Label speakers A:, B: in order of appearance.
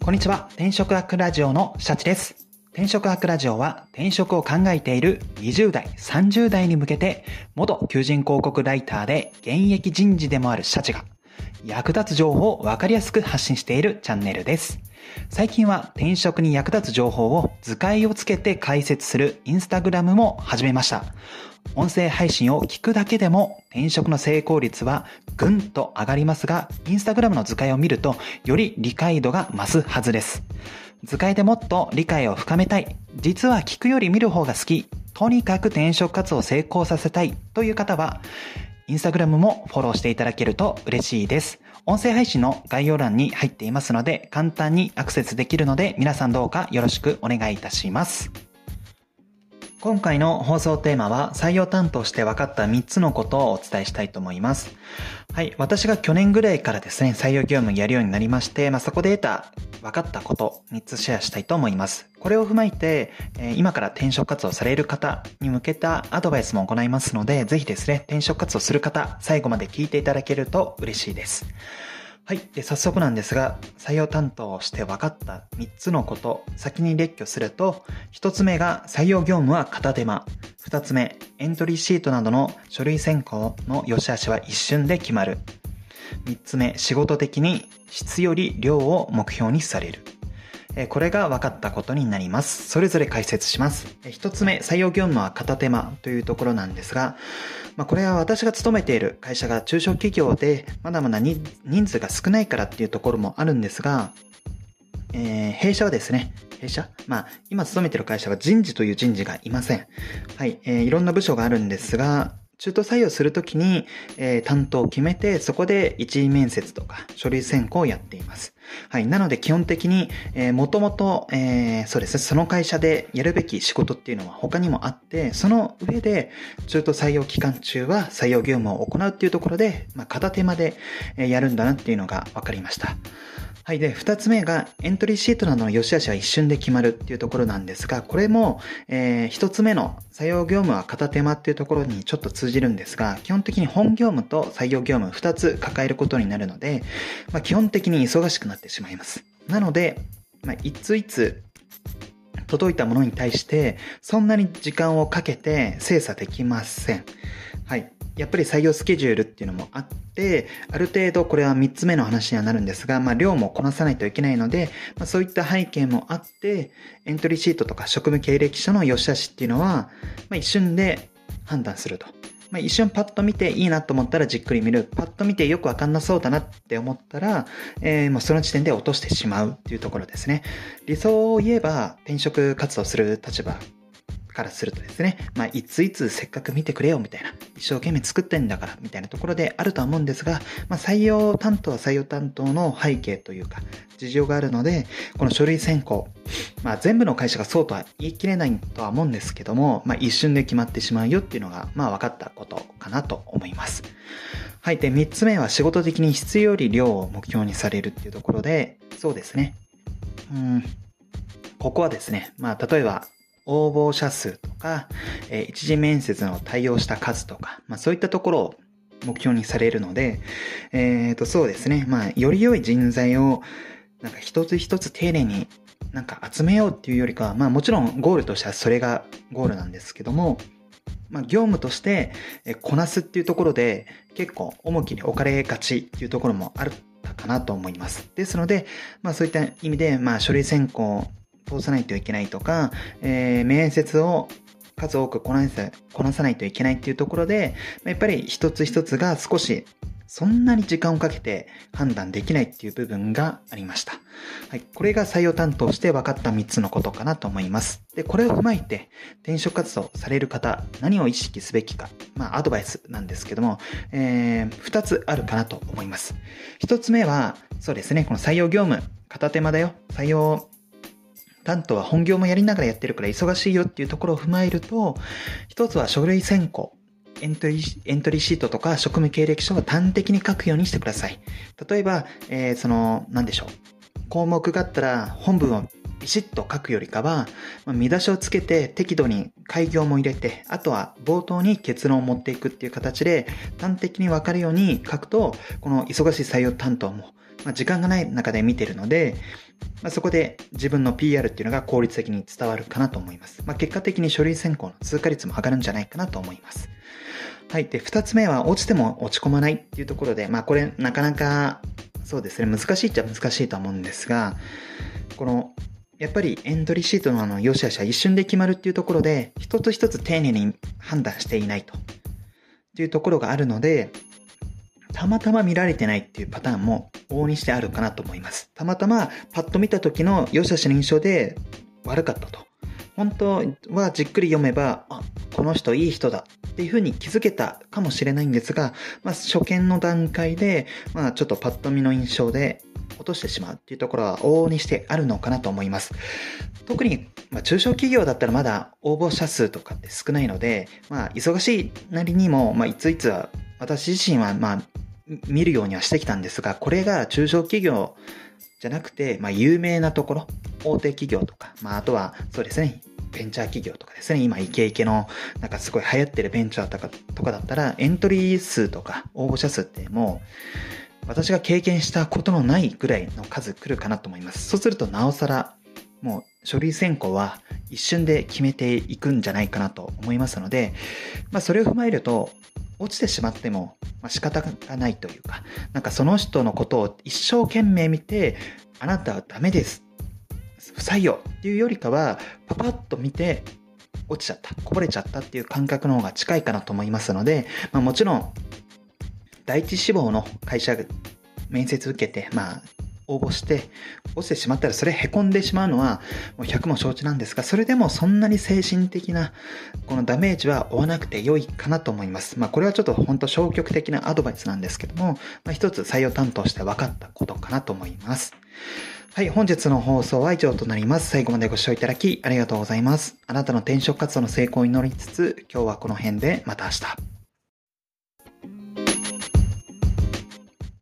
A: こんにちは。転職アックラジオのシャチです。転職アックラジオは転職を考えている20代、30代に向けて元求人広告ライターで現役人事でもあるシャチが役立つ情報をわかりやすく発信しているチャンネルです。最近は転職に役立つ情報を図解をつけて解説するインスタグラムも始めました。音声配信を聞くだけでも転職の成功率はぐんと上がりますが、インスタグラムの図解を見るとより理解度が増すはずです。図解でもっと理解を深めたい、実は聞くより見る方が好き、とにかく転職活動を成功させたいという方は、インスタグラムもフォローしていただけると嬉しいです。音声配信の概要欄に入っていますので、簡単にアクセスできるので、皆さんどうかよろしくお願いいたします。今回の放送テーマは採用担当して分かった3つのことをお伝えしたいと思います。はい、私が去年ぐらいからですね、採用業務やるようになりまして、そこで得た分かったこと3つシェアしたいと思います。これを踏まえて、今から転職活動される方に向けたアドバイスも行いますので、ぜひですね、転職活動する方、最後まで聞いていただけると嬉しいです。はい。で、早速なんですが、採用担当をして分かった3つのこと、先に列挙すると、1つ目が採用業務は片手間。2つ目、エントリーシートなどの書類選考の良し悪しは一瞬で決まる。3つ目、仕事的に質より量を目標にされる。これが分かったことになります。それぞれ解説します。1つ目、採用業務は片手間というところなんですが、これは私が勤めている会社が中小企業でまだまだ人数が少ないからっていうところもあるんですが、弊社はですね、今勤めている会社は人事という人事がいません。はい、いろんな部署があるんですが、中途採用するときに、担当を決めて、そこで一次面接とか書類選考をやっています。はい。なので基本的に、もともと、そうですね、その会社でやるべき仕事っていうのは他にもあって、その上で中途採用期間中は採用業務を行うっていうところで、片手間でやるんだなっていうのが分かりました。はい。で、二つ目がエントリーシートなどの良し悪しは一瞬で決まるっていうところなんですが、これも、一つ目の採用業務は片手間っていうところにちょっと通じるんですが、基本的に本業務と採用業務二つ抱えることになるので、基本的に忙しくなってしまいます。なので、いついつ届いたものに対してそんなに時間をかけて精査できません。はい。やっぱり採用スケジュールっていうのもあって、ある程度これは3つ目の話にはなるんですが、量もこなさないといけないので、そういった背景もあって、エントリーシートとか職務経歴書の良し悪しっていうのは、一瞬で判断すると。一瞬パッと見ていいなと思ったらじっくり見る。パッと見てよくわかんなそうだなって思ったら、もうその時点で落としてしまうっていうところですね。理想を言えば転職活動する立場からするとですね、いついつせっかく見てくれよみたいな、一生懸命作ってんだからみたいなところであるとは思うんですが、採用担当は採用担当の背景というか事情があるので、この書類選考、全部の会社がそうとは言い切れないとは思うんですけども、一瞬で決まってしまうよっていうのが分かったことかなと思います。はい。で、3つ目は仕事的に質より量を目標にされるっていうところで、そうですね。ここはですね、例えば応募者数とか、一次面接の対応した数とか、そういったところを目標にされるので、そうですね、より良い人材を一つ一つ丁寧に集めようっていうよりかは、もちろんゴールとしてはそれがゴールなんですけども、業務としてこなすっていうところで結構重きに置かれがちっていうところもあるかなと思います。ですので、そういった意味で、書類選考通さないといけないとか、面接を数多くこなさないといけないっていうところで、やっぱり一つ一つが少しそんなに時間をかけて判断できないっていう部分がありました。はい。これが採用担当して分かった3つのことかなと思います。で、これを踏まえて転職活動される方、何を意識すべきか、アドバイスなんですけども、2つあるかなと思います。1つ目は、そうですね、この採用業務、片手間だよ。採用担当は本業もやりながらやってるから忙しいよっていうところを踏まえると、一つは書類選考、エントリーシートとか職務経歴書を端的に書くようにしてください。例えば、項目があったら本文をビシッと書くよりかは、見出しをつけて適度に開業も入れて、あとは冒頭に結論を持っていくっていう形で端的に分かるように書くと、この忙しい採用担当も時間がない中で見てるので、そこで自分の PR っていうのが効率的に伝わるかなと思います。結果的に書類選考の通過率も上がるんじゃないかなと思います。はい。で、2つ目は落ちても落ち込まないっていうところで、これなかなかそうですね、難しいっちゃ難しいと思うんですが、やっぱりエントリーシートの良し悪しは一瞬で決まるっていうところで、一つ一つ丁寧に判断していないというところがあるので、たまたま見られてないっていうパターンも往々にしてあるかなと思います。たまたまパッと見た時の良し悪しの印象で悪かったと。本当はじっくり読めば、この人いい人だっていうふうに気づけたかもしれないんですが、初見の段階で、ちょっとパッと見の印象で落としてしまうっていうところは往々にしてあるのかなと思います。特に、中小企業だったらまだ応募者数とかって少ないので、忙しいなりにも、いついつは私自身は見るようにはしてきたんですが、これが中小企業じゃなくて、有名なところ、大手企業とか、あとはそうですね、ベンチャー企業とかですね、今イケイケのすごい流行ってるベンチャーとかだったら、エントリー数とか応募者数ってもう私が経験したことのないぐらいの数来るかなと思います。そうするとなおさらもう書類選考は一瞬で決めていくんじゃないかなと思いますので、それを踏まえると落ちてしまっても仕方がないというか、その人のことを一生懸命見て、あなたはダメです、不採用っていうよりかは、パパッと見て落ちちゃった、こぼれちゃったっていう感覚の方が近いかなと思いますので、もちろん第一志望の会社面接受けて、応募して落ちてしまったらそれ凹んでしまうのはもう100も承知なんですが、それでもそんなに精神的なこのダメージは負わなくて良いかなと思います。これはちょっと本当消極的なアドバイスなんですけども、一つ採用担当して分かったことかなと思います。はい、本日の放送は以上となります。最後までご視聴いただきありがとうございます。あなたの転職活動の成功を祈りつつ、今日はこの辺でまた明日。